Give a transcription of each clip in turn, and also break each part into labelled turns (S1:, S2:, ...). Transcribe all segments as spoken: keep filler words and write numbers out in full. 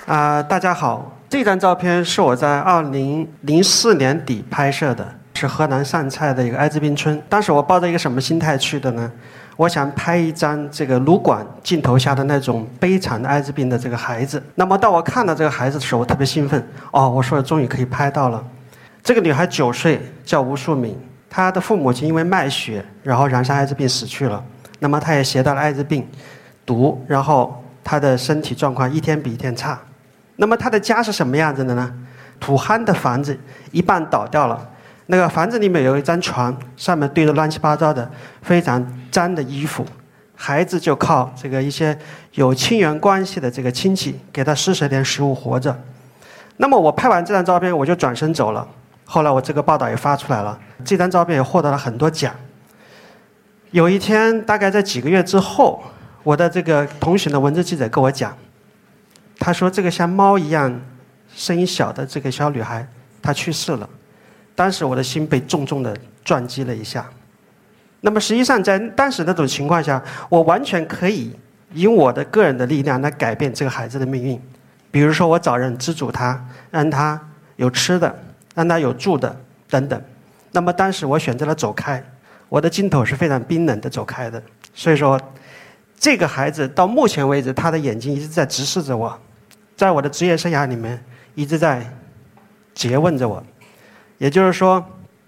S1: 啊、呃，大家好，这张照片是我在二零零四年底拍摄的，是河南善蔡的一个艾滋病村。当时我抱着一个什么心态去的呢？我想拍一张这个撸管镜头下的那种悲惨的艾滋病的这个孩子。那么当我看到这个孩子的时候，我特别兴奋。哦，我说终于可以拍到了。这个女孩九岁，叫吴淑敏，她的父母亲因为卖血，然后染上艾滋病死去了。那么她也携带了艾滋病毒，然后她的身体状况一天比一天差。那么他的家是什么样子的呢？土憨的房子一半倒掉了，那个房子里面有一张床，上面堆着乱七八糟的非常脏的衣服，孩子就靠这个一些有亲缘关系的这个亲戚给他施舍点食物活着。那么我拍完这张照片我就转身走了，后来我这个报道也发出来了，这张照片也获得了很多奖。有一天大概在几个月之后，我的这个同行的文字记者跟我讲，他说这个像猫一样声音小的这个小女孩她去世了。当时我的心被重重的撞击了一下。那么实际上在当时那种情况下，我完全可以以我的个人的力量来改变这个孩子的命运。比如说我找人资助他，让他有吃的，让他有住的等等。那么当时我选择了走开，我的镜头是非常冰冷的走开的。所以说这个孩子到目前为止他的眼睛一直在直视着我，在我的职业生涯里面一直在诘问着我。也就是说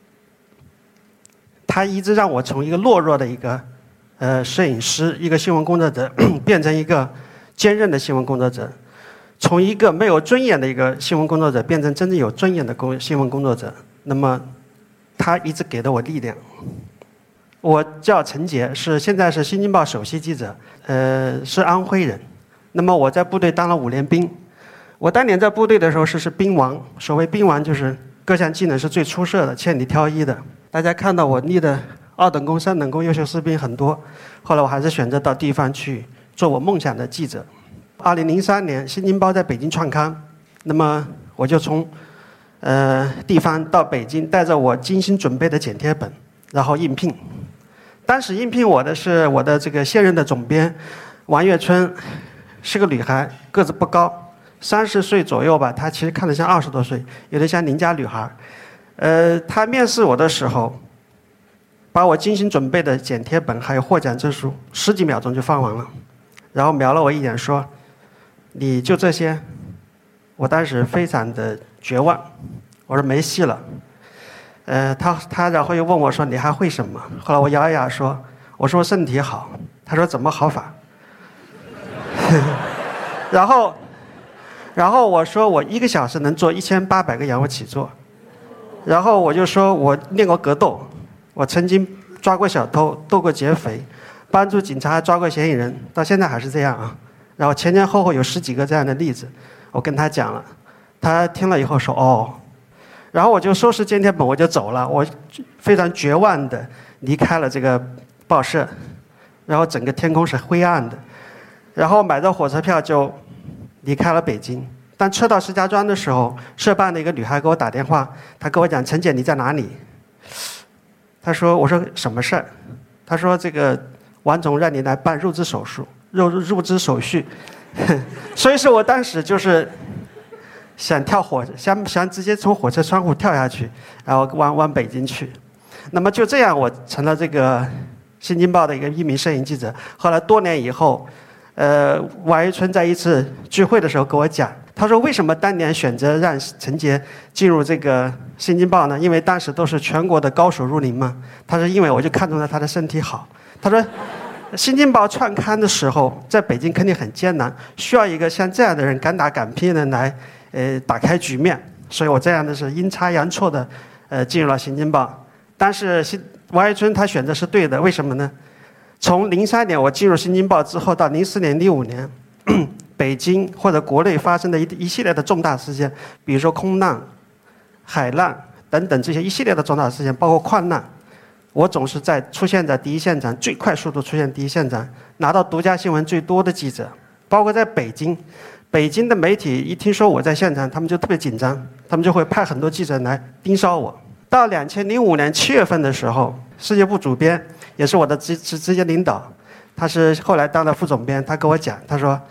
S1: 他一直让我从一个懦弱的一个呃摄影师，一个新闻工作者变成一个坚韧的新闻工作者，从一个没有尊严的一个新闻工作者变成真正有尊严的工新闻工作者。那么他一直给了我力量。我叫陈杰，是现在是新京报首席记者，呃，是安徽人。那么我在部队当了五年兵，我当年在部队的时候是是兵王，所谓兵王就是各项技能是最出色的，千里挑一的。大家看到我立的二等功、三等功优秀士兵很多，后来我还是选择到地方去做我梦想的记者。二零零三年，新京报在北京创刊，那么我就从呃地方到北京，带着我精心准备的剪贴本，然后应聘。当时应聘我的是我的这个现任的总编王月春，是个女孩，个子不高。三十岁左右吧，她其实看着像二十多岁，有点像邻家女孩。呃，她面试我的时候，把我精心准备的剪贴本还有获奖证书，十几秒钟就放完了，然后瞄了我一眼说：“你就这些？”我当时非常的绝望，我说没戏了。呃，她她然后又问我说：“你还会什么？”后来我咬一咬说：“我说身体好。”她说：“怎么好法？”然后。然后我说我一个小时能做一千八百个仰卧起坐，然后我就说我练过格斗，我曾经抓过小偷，斗过劫匪，帮助警察抓过嫌疑人，到现在还是这样啊。然后前前后后有十几个这样的例子，我跟他讲了，他听了以后说哦，然后我就收拾剪贴本我就走了，我非常绝望的离开了这个报社，然后整个天空是灰暗的，然后买着火车票就离开了北京。当车到石家庄的时候，社办的一个女孩给我打电话，她跟我讲：“陈姐你在哪里？”她说：“我说什么事儿？”她说：“这个王总让你来办入资手术，入入资手续。”所以说我当时就是想跳火，想想直接从火车窗户跳下去，然后往往北京去。那么就这样，我成了这个《新京报》的一个一名摄影记者。后来多年以后。呃，王一春在一次聚会的时候跟我讲，他说为什么当年选择让陈杰进入这个《新京报》呢？因为当时都是全国的高手如林嘛。他说因为我就看中了他的身体好。他说，《新京报》创刊的时候在北京肯定很艰难，需要一个像这样的人敢打敢拼的人来，呃，打开局面。所以我这样的是阴差阳错的，呃，进入了《新京报》。但是新王一春他选择是对的，为什么呢？从零三年我进入《新京报》之后，到零四年、零五年，北京或者国内发生的一一系列的重大事件，比如说空难、海难等等这些一系列的重大事件，包括矿难，我总是在出现在第一现场，最快速度出现第一现场，拿到独家新闻最多的记者。包括在北京，北京的媒体一听说我在现场，他们就特别紧张，他们就会派很多记者来盯梢我。到两千零五年七月份的时候，世界部主编也是我的直直直接领导，他是后来当了副总编，他跟我讲，他说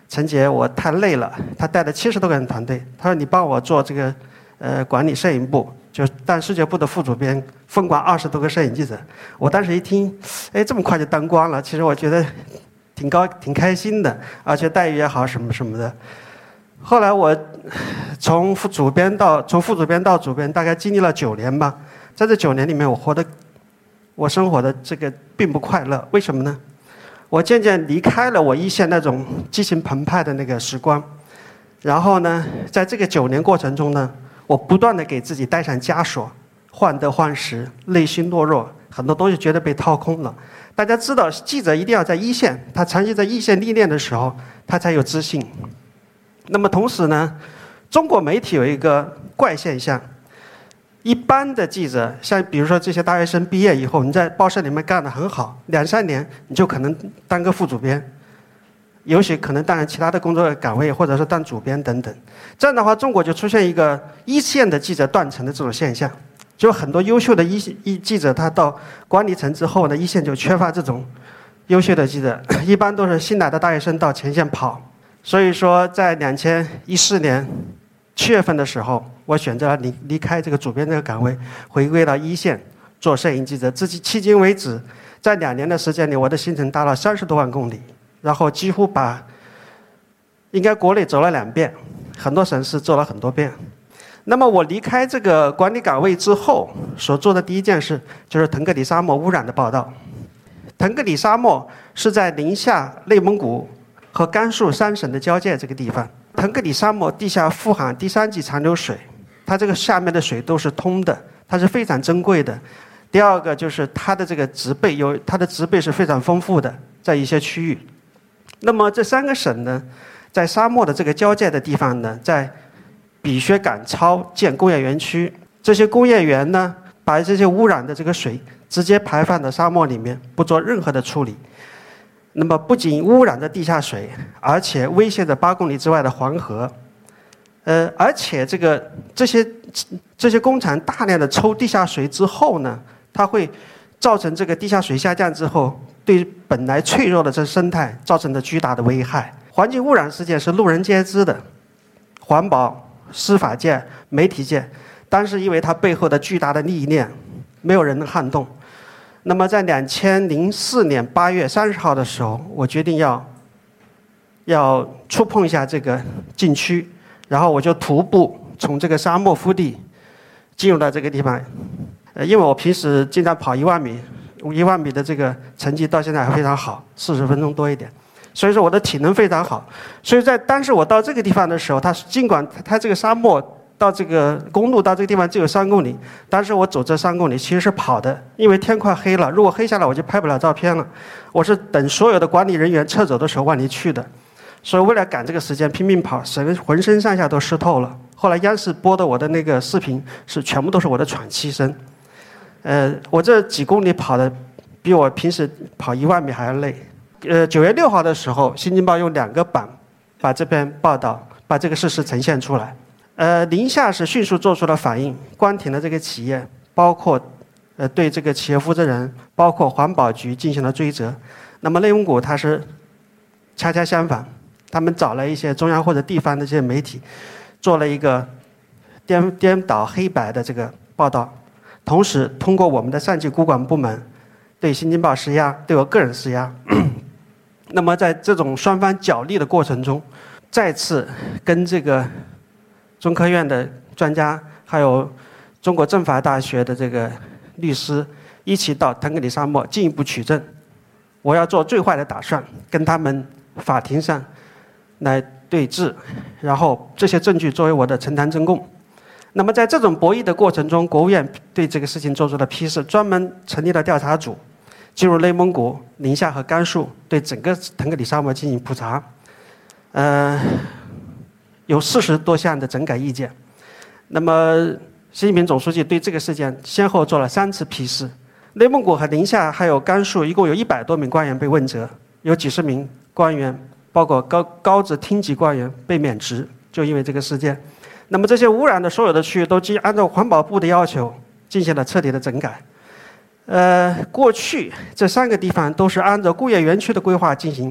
S1: 陈杰我太累了，他带了七十多个人团队，他说你帮我做这个呃管理摄影部，就是当视觉部的副主编，分管二十多个摄影记者。我当时一听，哎，这么快就当官了，其实我觉得挺高挺开心的，而且待遇也好什么什么的。后来我从副主编到从副主编到主编，大概经历了九年吧。在这九年里面，我活的我生活的这个并不快乐。为什么呢？我渐渐离开了我一线那种激情澎湃的那个时光，然后呢，在这个九年过程中呢，我不断的给自己带上枷锁，患得患失，内心懦弱，很多东西觉得被掏空了。大家知道，记者一定要在一线，他长期在一线历练的时候，他才有自信。那么同时呢，中国媒体有一个怪现象，一般的记者，像比如说这些大学生毕业以后，你在报社里面干得很好，两三年你就可能当个副主编，也许可能当然其他的工作岗位，或者是当主编等等。这样的话，中国就出现一个一线的记者断层的这种现象，就很多优秀的一一记者，他到管理层之后呢，一线就缺乏这种优秀的记者，一般都是新来的大学生到前线跑。所以说，在两千一四年七月份的时候，我选择了离离开这个主编这个岗位，回归到一线做摄影记者。至迄今为止，在两年的时间里，我的行程达到三十多万公里，然后几乎把应该国内走了两遍，很多省市走了很多遍。那么我离开这个管理岗位之后，所做的第一件事就是腾格里沙漠污染的报道。腾格里沙漠是在宁夏、内蒙古和甘肃三省的交界这个地方。腾格里沙漠地下富含第三级残留水，它这个下面的水都是通的，它是非常珍贵的。第二个就是它的这个植被有它的植被是非常丰富的，在一些区域。那么这三个省呢，在沙漠的这个交界的地方呢，在比薛赶超建工业园区，这些工业园呢，把这些污染的这个水直接排放到沙漠里面，不做任何的处理。那么不仅污染着地下水，而且威胁着八公里之外的黄河。呃，而且这个这些这些工厂大量的抽地下水之后呢，它会造成这个地下水下降之后，对本来脆弱的这生态造成的巨大的危害。环境污染事件是路人皆知的，环保、司法界、媒体界，但是因为它背后的巨大的利益链，没有人能撼动。那么在两千零四年八月三十号的时候，我决定要要触碰一下这个禁区，然后我就徒步从这个沙漠腹地进入到这个地方。呃，因为我平时经常跑一万米，一万米的这个成绩到现在还非常好，四十分钟多一点，所以说我的体能非常好。所以在当时我到这个地方的时候，它尽管它这个沙漠到这个公路到这个地方只有三公里，但是我走这三公里其实是跑的，因为天快黑了，如果黑下来我就拍不了照片了。我是等所有的管理人员撤走的时候往里去的，所以为了赶这个时间拼命跑，整个浑身上下都湿透了。后来央视播的我的那个视频是全部都是我的喘气声。呃，我这几公里跑的比我平时跑一万米还要累。呃，九月六号的时候，《新京报》用两个版把这篇报道把这个事实呈现出来。呃，宁夏是迅速做出了反应，关停了这个企业，包括呃对这个企业负责人，包括环保局进行了追责。那么内蒙古它是恰恰相反，他们找了一些中央或者地方的这些媒体，做了一个颠颠倒黑白的这个报道，同时通过我们的上级主管部门对新京报施压，对我个人施压。那么在这种双方角力的过程中，再次跟这个中科院的专家，还有中国政法大学的这个律师一起到腾格里沙漠进一步取证。我要做最坏的打算，跟他们法庭上来对峙，然后这些证据作为我的呈堂证供。那么在这种博弈的过程中，国务院对这个事情做出了批示，专门成立了调查组，进入内蒙古、宁夏和甘肃，对整个腾格里沙漠进行普查。呃。有四十多项的整改意见。那么习近平总书记对这个事件先后做了三次批示。内蒙古和宁夏还有甘肃一共有一百多名官员被问责，有几十名官员包括高高职厅级官员被免职，就因为这个事件。那么这些污染的所有的区域都经按照环保部的要求进行了彻底的整改。呃，过去这三个地方都是按照工业园区的规划进行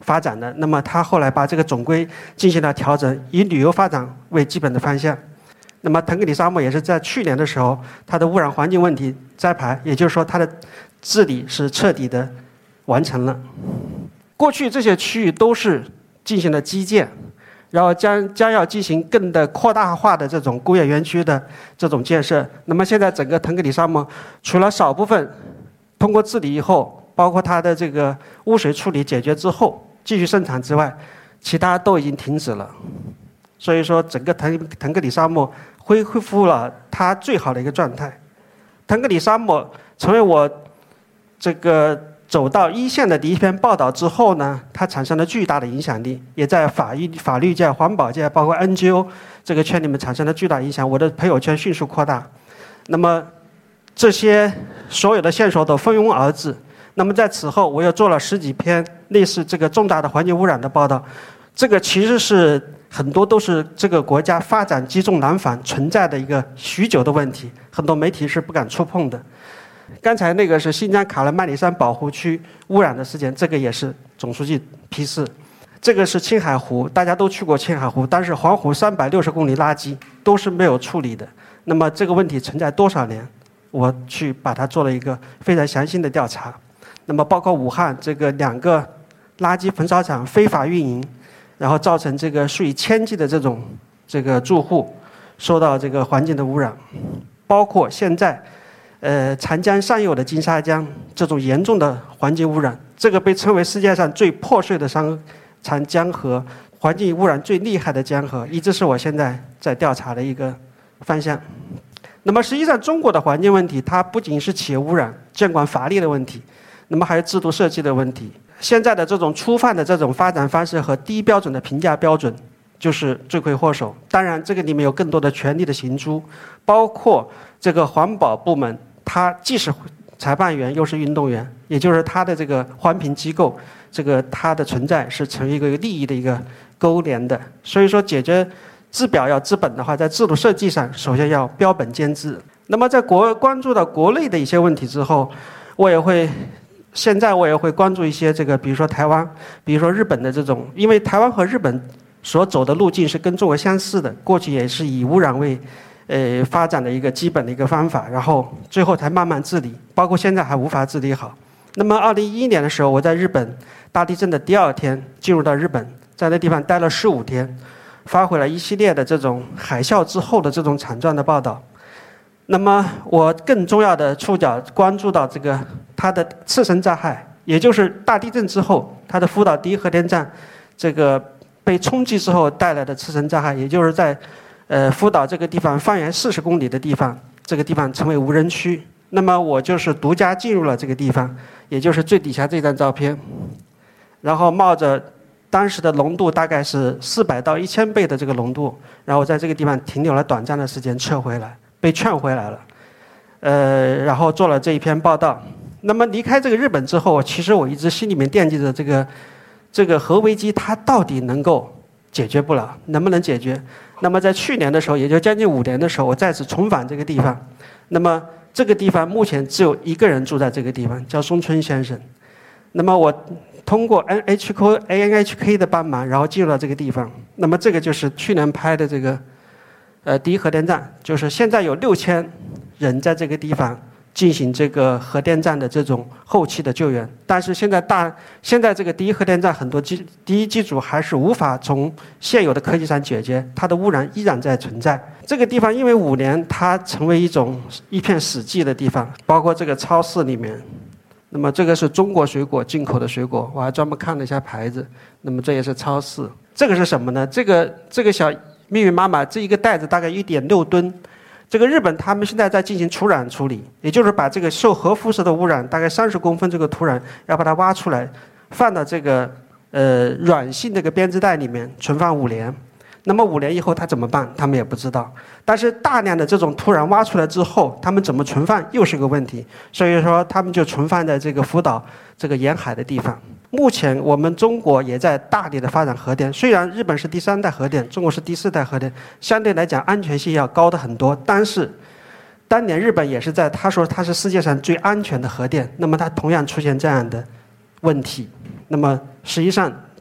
S1: 发展的。那么他后来把这个总规进行了调整，以旅游发展为基本的方向。那么腾格里沙漠也是在去年的时候，它的污染环境问题摘牌，也就是说它的治理是彻底的完成了。过去这些区域都是进行了基建，然后将将要进行更的扩大化的这种工业园区的这种建设。那么现在整个腾格里沙漠，除了少部分通过治理以后，包括它的这个污水处理解决之后继续生产之外，其他都已经停止了。所以说，整个腾腾格里沙漠恢复了它最好的一个状态。腾格里沙漠成为我这个走到一线的第一篇报道之后呢，它产生了巨大的影响力，也在法律法律界、环保界，包括 N G O 这个圈里面产生了巨大影响。我的朋友圈迅速扩大，那么这些所有的线索都蜂拥而至。那么在此后，我又做了十几篇类似这个重大的环境污染的报道，这个其实是很多都是这个国家发展积重难返存在的一个许久的问题，很多媒体是不敢触碰的。刚才那个是新疆卡勒曼里山保护区污染的事件，这个也是总书记批示。这个是青海湖，大家都去过青海湖，但是黄湖三百六十公里垃圾都是没有处理的。那么这个问题存在多少年？我去把它做了一个非常详细的调查。那么包括武汉这个两个垃圾焚烧厂非法运营，然后造成这个数以千计的这种这个住户受到这个环境的污染，包括现在呃长江上游的金沙江这种严重的环境污染，这个被称为世界上最破碎的长长江河，环境污染最厉害的江河，一直是我现在在调查的一个方向。那么实际上中国的环境问题，它不仅是企业污染、监管乏力的问题，那么还有制度设计的问题。现在的这种粗放的这种发展方式和低标准的评价标准就是罪魁祸首。当然这个里面有更多的权力的行诸，包括这个环保部门，它既是裁判员又是运动员，也就是它的这个环评机构，这个它的存在是成为一个利益的一个勾连的。所以说解决治表要治本的话，在制度设计上首先要标本兼治。那么在国关注到国内的一些问题之后，我也会现在我也会关注一些这个，比如说台湾，比如说日本的这种，因为台湾和日本所走的路径是跟中国相似的，过去也是以污染为呃发展的一个基本的一个方法，然后最后才慢慢治理，包括现在还无法治理好。那么二零一一年的时候，我在日本大地震的第二天进入到日本，在那地方待了十五天，发回了一系列的这种海啸之后的这种惨状的报道。那么我更重要的触角关注到这个它的次生灾害，也就是大地震之后它的福岛第一核电站这个被冲击之后带来的次生灾害，也就是在呃福岛这个地方方圆四十公里的地方，这个地方成为无人区。那么我就是独家进入了这个地方，也就是最底下这张照片，然后冒着当时的浓度大概是四百到一千倍的这个浓度，然后在这个地方停留了短暂的时间，撤回来，被劝回来了，呃，然后做了这一篇报道。那么离开这个日本之后，其实我一直心里面惦记着这个这个核危机它到底能够解决不了，能不能解决？那么在去年的时候，也就将近五年的时候，我再次重返这个地方。那么这个地方目前只有一个人住在这个地方，叫松村先生。那么我通过 N H K A N H K 的帮忙，然后进入了这个地方。那么这个就是去年拍的这个呃第一核电站，就是现在有六千人在这个地方进行这个核电站的这种后期的救援。但是现在大现在这个第一核电站很多基第一机组还是无法从现有的科技上解决，它的污染依然在存在。这个地方因为五年它成为一种一片死寂的地方，包括这个超市里面。那么这个是中国水果，进口的水果，我还专门看了一下牌子。那么这也是超市。这个是什么呢？这个这个小密密麻麻这一个袋子大概 一点六吨。这个日本他们现在在进行土壤处理，也就是把这个受核辐射的污染大概三十公分这个土壤要把它挖出来，放到这个呃软性这个编织袋里面存放五年。那么五年以后它怎么办？他们也不知道。但是大量的这种土壤挖出来之后，他们怎么存放又是个问题。所以说他们就存放在这个福岛这个沿海的地方。目前我们中国也在大力的发展核电，虽然日本是第三代核电，中国是第四代核电，相对来讲安全性要高的很多。但是当年日本也是在他说它是世界上最安全的核电，那么它同样出现这样的问题。那么实际上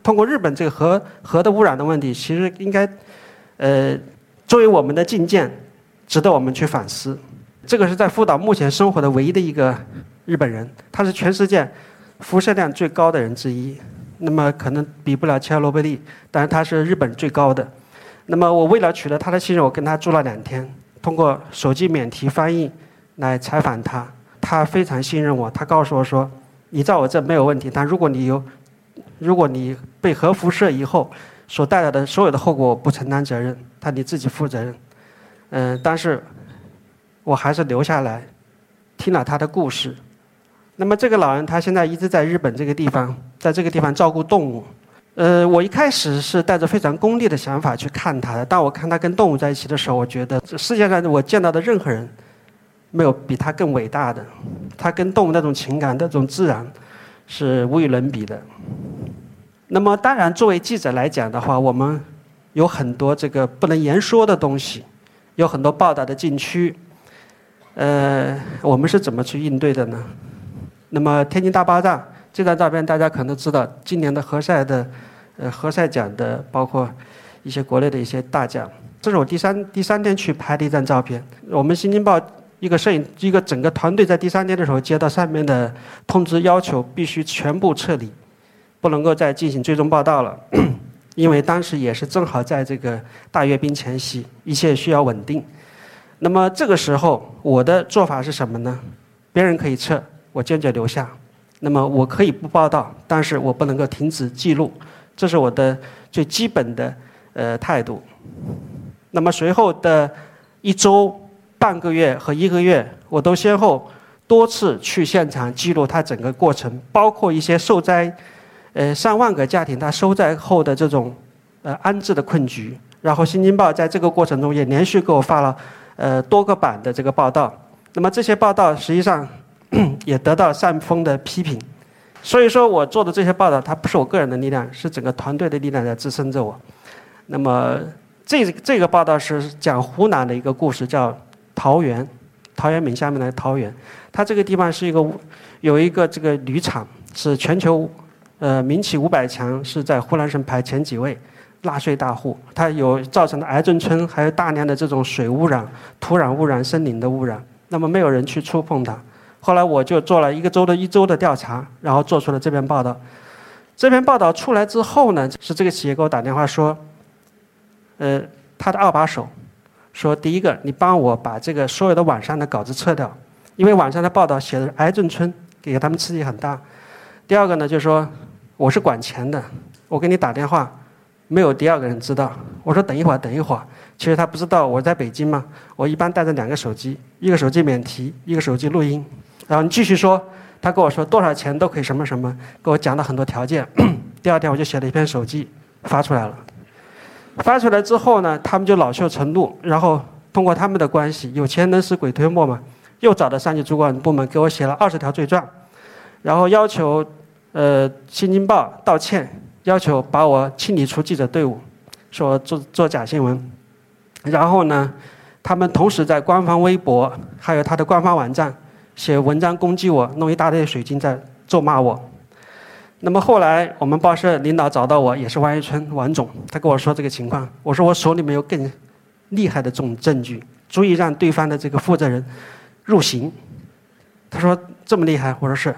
S1: 通过日本这个核核的污染的问题，其实应该，呃，作为我们的近见，值得我们去反思。这个是在福岛目前生活的唯一的一个日本人，他是全世界辐射量最高的人之一。那么可能比不了切尔诺贝利，但是他是日本最高的。那么我为了取得他的信任，我跟他住了两天，通过手机免提翻译来采访他。他非常信任我，他告诉我说：“你在我这没有问题，但如果你有，如果你被核辐射以后所带来的所有的后果，我不承担责任，他你自己负责任。”嗯，但是我还是留下来听了他的故事。那么这个老人他现在一直在日本这个地方，在这个地方照顾动物。呃，我一开始是带着非常功利的想法去看他的，当我看他跟动物在一起的时候，我觉得这世界上我见到的任何人没有比他更伟大的。他跟动物那种情感、那种自然是无与伦比的。那么当然，作为记者来讲的话，我们有很多这个不能言说的东西，有很多报道的禁区。呃，我们是怎么去应对的呢？那么天津大爆炸这张照片大家可能都知道，今年的何塞的呃何塞奖的，包括一些国内的一些大奖。这是我第三第三天去拍的一张照片。我们新京报一个摄影一个整个团队在第三天的时候接到上面的通知，要求必须全部撤离，不能够再进行追踪报道了，因为当时也是正好在这个大阅兵前夕，一切需要稳定。那么这个时候我的做法是什么呢？别人可以撤，我坚决留下。那么我可以不报道，但是我不能够停止记录，这是我的最基本的呃态度。那么随后的一周、半个月和一个月，我都先后多次去现场记录它整个过程，包括一些受灾呃上万个家庭它受灾后的这种呃安置的困局。然后《新京报》在这个过程中也连续给我发了呃多个版的这个报道。那么这些报道实际上也得到上峰的批评。所以说我做的这些报道，它不是我个人的力量，是整个团队的力量在支撑着我。那么这这个报道是讲湖南的一个故事，叫桃源，桃源闽下面的桃源。它这个地方是一个有一个这个铝厂，是全球呃民企五百强，是在湖南省排前几位，纳税大户。它有造成的癌症村，还有大量的这种水污染、土壤污染、森林的污染。那么没有人去触碰它。后来我就做了一个周的一周的调查，然后做出了这篇报道。这篇报道出来之后呢，是这个企业给我打电话说，呃，他的二把手说，第一个，你帮我把这个所有的网上的稿子撤掉，因为网上的报道写的是癌症村，给他们刺激很大。第二个呢，就是说我是管钱的，我给你打电话，没有第二个人知道。我说等一会儿，等一会儿。其实他不知道我在北京嘛，我一般带着两个手机，一个手机免提，一个手机录音。然后你继续说，他跟我说多少钱都可以什么什么，给我讲了很多条件。第二天我就写了一篇手记发出来了。发出来之后呢，他们就恼羞成怒，然后通过他们的关系，有钱能使鬼推磨嘛，又找到上级主管部门给我写了二十条罪状，然后要求呃《新京报》道歉，要求把我清理出记者队伍，说做做假新闻。然后呢，他们同时在官方微博还有他的官方网站写文章攻击我，弄一大堆水军在咒骂我。那么后来我们报社领导找到我，也是王一春王总，他跟我说这个情况，我说我手里面有更厉害的这种证据，足以让对方的这个负责人入刑。他说这么厉害，我说是。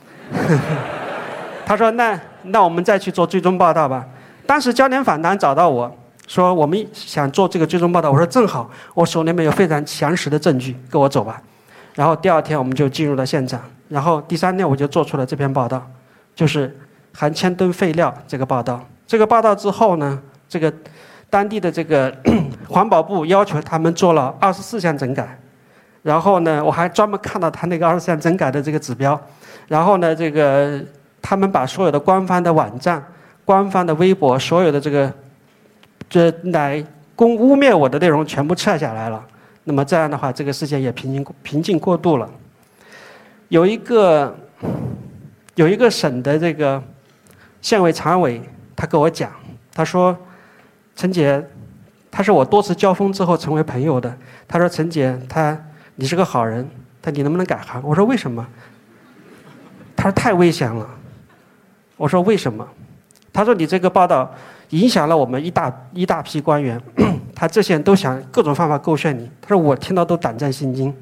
S1: 他说那那我们再去做追踪报道吧。当时焦点访谈找到我说我们想做这个追踪报道，我说正好，我手里面有非常详实的证据，跟我走吧。然后第二天我们就进入了现场，然后第三天我就做出了这篇报道，就是含千吨废料这个报道。这个报道之后呢，这个当地的这个环保部要求他们做了二十四项整改，然后呢，我还专门看到他那个二十四项整改的这个指标，然后呢，这个他们把所有的官方的网站、官方的微博、所有的这个这来攻污蔑我的内容全部撤下来了。那么这样的话，这个事件也平静平静过渡了。有一个有一个省的这个县委常委，他跟我讲，他说：“陈杰，他是我多次交锋之后成为朋友的。他说陈杰，他你是个好人，他你能不能改行？”我说为什么？他说太危险了。我说为什么？ 他说你这个报道影响了我们一大一大批官员，他这些人都想各种方法勾选你。他说我听到都胆战心惊。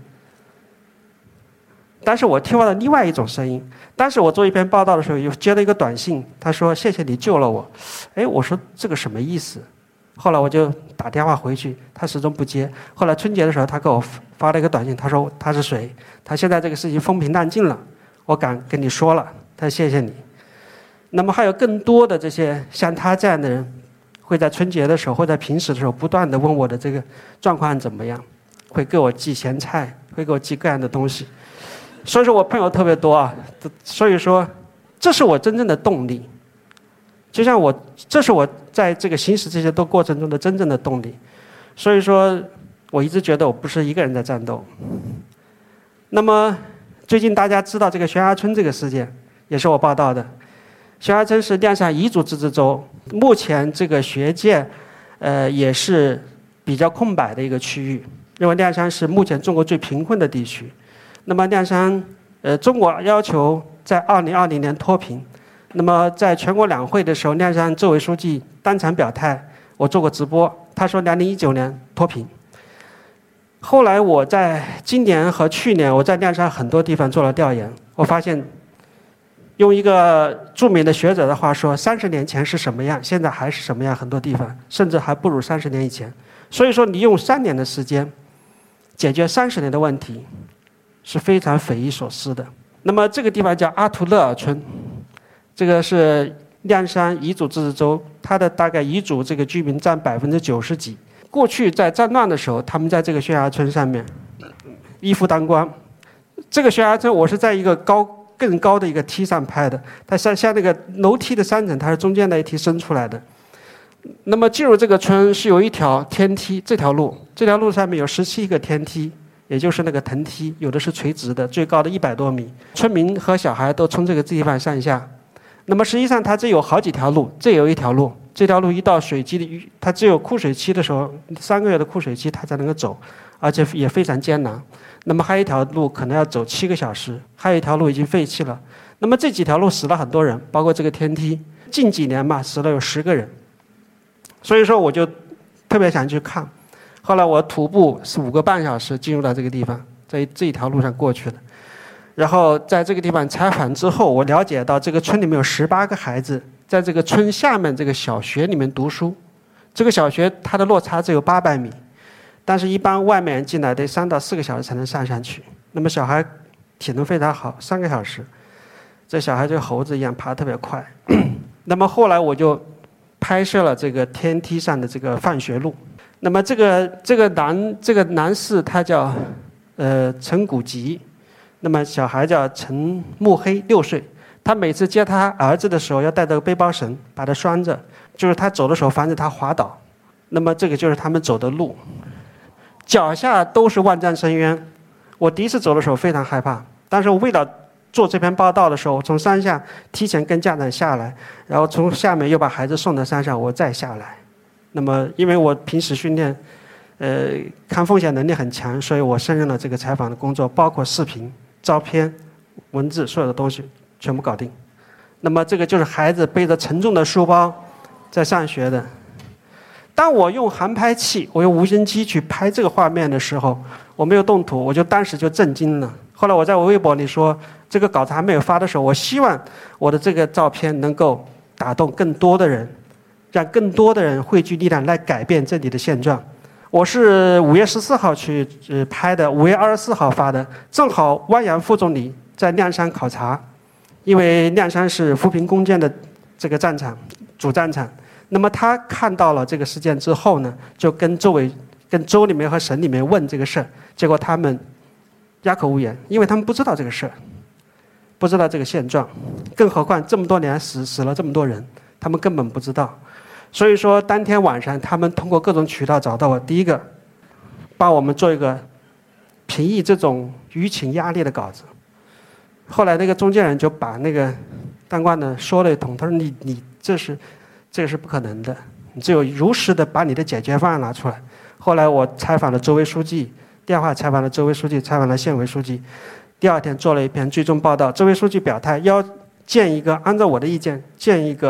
S1: 但是我听到了另外一种声音。当时我做一篇报道的时候，又接了一个短信，他说谢谢你救了我。哎，我说这个什么意思？后来我就打电话回去，他始终不接。后来春节的时候，他给我发了一个短信，他说他是谁？他现在这个事情风平浪静了，我敢跟你说了，他谢谢你。那么还有更多的这些像他这样的人，会在春节的时候或在平时的时候不断的问我的这个状况怎么样，会给我寄咸菜，会给我寄各样的东西。所以说我朋友特别多啊，所以说这是我真正的动力。就像我，这是我在这个行使这些的过程中的真正的动力。所以说我一直觉得我不是一个人在战斗。那么最近大家知道这个悬崖村这个事件，也是我报道的。悬崖村是亮山彝族自治州，目前这个学界呃也是比较空白的一个区域，因为亮山是目前中国最贫困的地区。那么亮山，呃，中国要求在二零二零年脱贫。那么在全国两会的时候，亮山州委书记当场表态，我做过直播，他说二零一九年脱贫。后来我在今年和去年，我在亮山很多地方做了调研，我发现，用一个著名的学者的话说，三十年前是什么样，现在还是什么样，很多地方甚至还不如三十年以前。所以说，你用三年的时间解决三十年的问题，是非常匪夷所思的。那么这个地方叫阿图勒尔村，这个是亮山彝族自治州，它的大概彝族这个居民占百分之九十几。过去在战乱的时候，他们在这个悬崖村上面依附当官。这个悬崖村我是在一个高更高的一个梯上拍的，它像像那个楼梯的三层，它是中间那一梯伸出来的。那么进入这个村是有一条天梯，这条路，这条路上面有十七个天梯。也就是那个藤梯，有的是垂直的，最高的一百多米。村民和小孩都从这个地方上下。那么实际上它这有好几条路，这有一条路，这条路一到水季的，它只有枯水期的时候，三个月的枯水期它才能够走，而且也非常艰难。那么还有一条路可能要走七个小时，还有一条路已经废弃了。那么这几条路死了很多人，包括这个天梯，近几年嘛死了有十个人。所以说我就特别想去看。后来我徒步是五个半小时进入到这个地方，在这一条路上过去的。然后在这个地方采访之后，我了解到这个村里面有十八个孩子在这个村下面这个小学里面读书。这个小学它的落差只有八百米，但是一般外面人进来得三到四个小时才能上上去。那么小孩体能非常好，三个小时，这小孩就猴子一样爬得特别快。那么后来我就拍摄了这个天梯上的这个放学路。那么这个这个男这个男士他叫呃陈古吉，那么小孩叫陈慕黑，六岁。他每次接他儿子的时候要带着个背包绳把他拴着，就是他走的时候防止他滑倒。那么这个就是他们走的路，脚下都是万丈深渊。我第一次走的时候非常害怕，但是为了做这篇报道的时候，从山下提前跟家长下来，然后从下面又把孩子送到山上，我再下来。那么因为我平时训练呃抗风险能力很强，所以我胜任了这个采访的工作，包括视频、照片、文字，所有的东西全部搞定。那么这个就是孩子背着沉重的书包在上学的。当我用航拍器，我用无人机去拍这个画面的时候，我没有动图，我就当时就震惊了。后来我在我微博里说，这个稿子还没有发的时候，我希望我的这个照片能够打动更多的人，让更多的人汇聚力量来改变这里的现状。我是五月十四号去呃拍的，五月二十四号发的，正好汪洋副总理在亮山考察，因为亮山是扶贫攻坚的这个战场，主战场。那么他看到了这个事件之后呢，就跟周围、跟州里面和省里面问这个事儿，结果他们哑口无言，因为他们不知道这个事儿，不知道这个现状，更何况这么多年死死了这么多人，他们根本不知道。所以说，当天晚上他们通过各种渠道找到我，第一个帮我们做一个平抑这种舆情压力的稿子。后来那个中间人就把那个当官的说了一通，他说你你这是这个是不可能的，你只有如实的把你的解决方案拿出来。后来我采访了州委书记，电话采访了州委书记，采访了县委书记，第二天做了一篇追踪报道。州委书记表态要建一个，按照我的意见建一个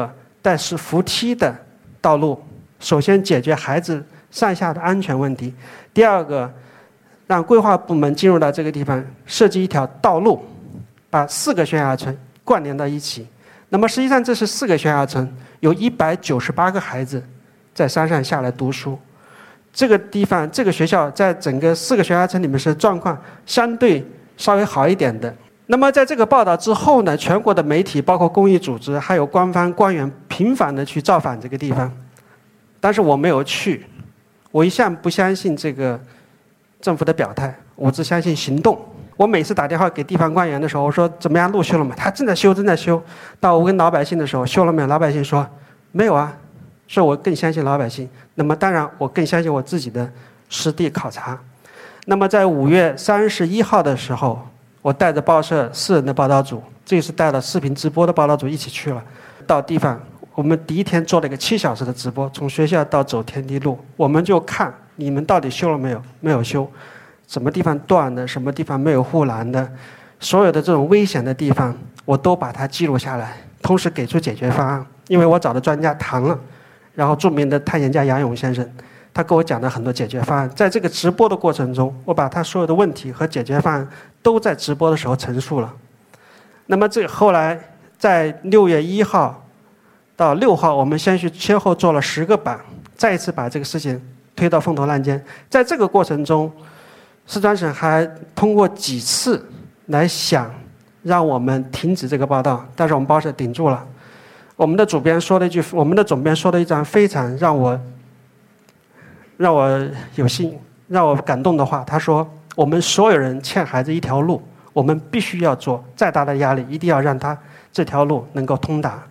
S1: 但是扶梯的道路，首先解决孩子上下的安全问题，第二个让规划部门进入到这个地方，设计一条道路，把四个悬崖村关联到一起。那么实际上这是四个悬崖村，有一百九十八个孩子在山上下来读书。这个地方这个学校在整个四个悬崖村里面是状况相对稍微好一点的。那么在这个报道之后呢，全国的媒体包括公益组织还有官方官员频繁的去造访这个地方，但是我没有去。我一向不相信这个政府的表态，我只相信行动。我每次打电话给地方官员的时候，我说怎么样，路修了吗？他正在修正在修。到我跟老百姓的时候，修了没有？老百姓说没有啊。所以我更相信老百姓。那么当然我更相信我自己的实地考察。那么在五月三十一号的时候，我带着报社四人的报道组，这次带了视频直播的报道组一起去了，到地方。我们第一天做了一个七小时的直播，从学校到走天梯路，我们就看你们到底修了没有，没有修，什么地方断的，什么地方没有护栏的，所有的这种危险的地方，我都把它记录下来，同时给出解决方案。因为我找的专家谈了，然后著名的探险家杨勇先生，他给我讲了很多解决方案。在这个直播的过程中，我把他所有的问题和解决方案都在直播的时候陈述了。那么这个后来在六月一号到六号，我们先去先后做了十个版，再一次把这个事情推到风头浪尖。在这个过程中，四川省还通过几次来想让我们停止这个报道，但是我们报社顶住了。我们的主编说了一句，我们的总编说了一张非常让我让我有心让我感动的话，他说我们所有人欠孩子一条路，我们必须要做再大的压力，一定要让他这条路能够通达。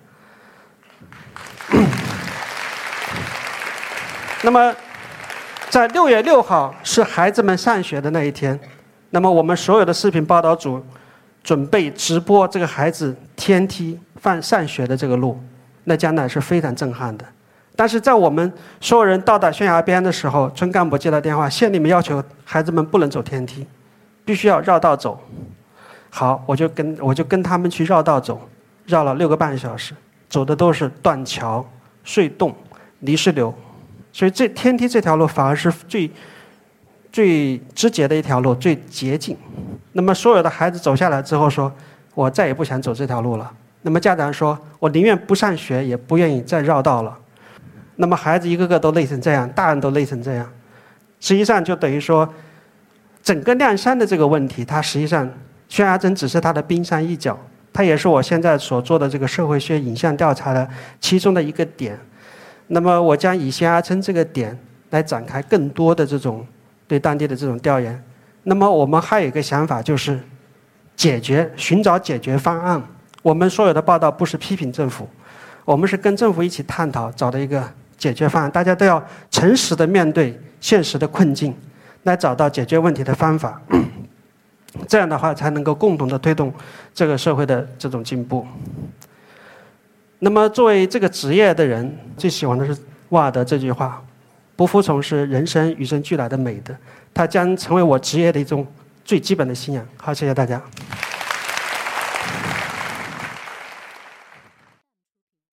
S1: 那么在六月六号是孩子们上学的那一天，那么我们所有的视频报道组准备直播这个孩子天梯放上学的这个路，那将来是非常震撼的。但是在我们所有人到达悬崖边的时候，村干部接到电话，县里面要求孩子们不能走天梯，必须要绕道走。好，我就跟我就跟他们去绕道走，绕了六个半小时，走的都是断桥、隧洞、泥石流，所以这天梯这条路反而是最最直接的一条路，最捷径。那么所有的孩子走下来之后说，我再也不想走这条路了。那么家长说，我宁愿不上学，也不愿意再绕道了。那么孩子一个个都累成这样，大人都累成这样，实际上就等于说，整个亮山的这个问题，它实际上悬崖针只是它的冰山一角，它也是我现在所做的这个社会学影像调查的其中的一个点。那么我将以悬崖针这个点来展开更多的这种对当地的这种调研。那么我们还有一个想法，就是解决寻找解决方案。我们所有的报道不是批评政府，我们是跟政府一起探讨，找到一个解决方案。大家都要诚实的面对现实的困境，来找到解决问题的方法。这样的话才能够共同的推动这个社会的这种进步。那么作为这个职业的人，最喜欢的是瓦尔德这句话，不服从是人生与生俱来的美德，它将成为我职业的一种最基本的信仰。好，谢谢大家。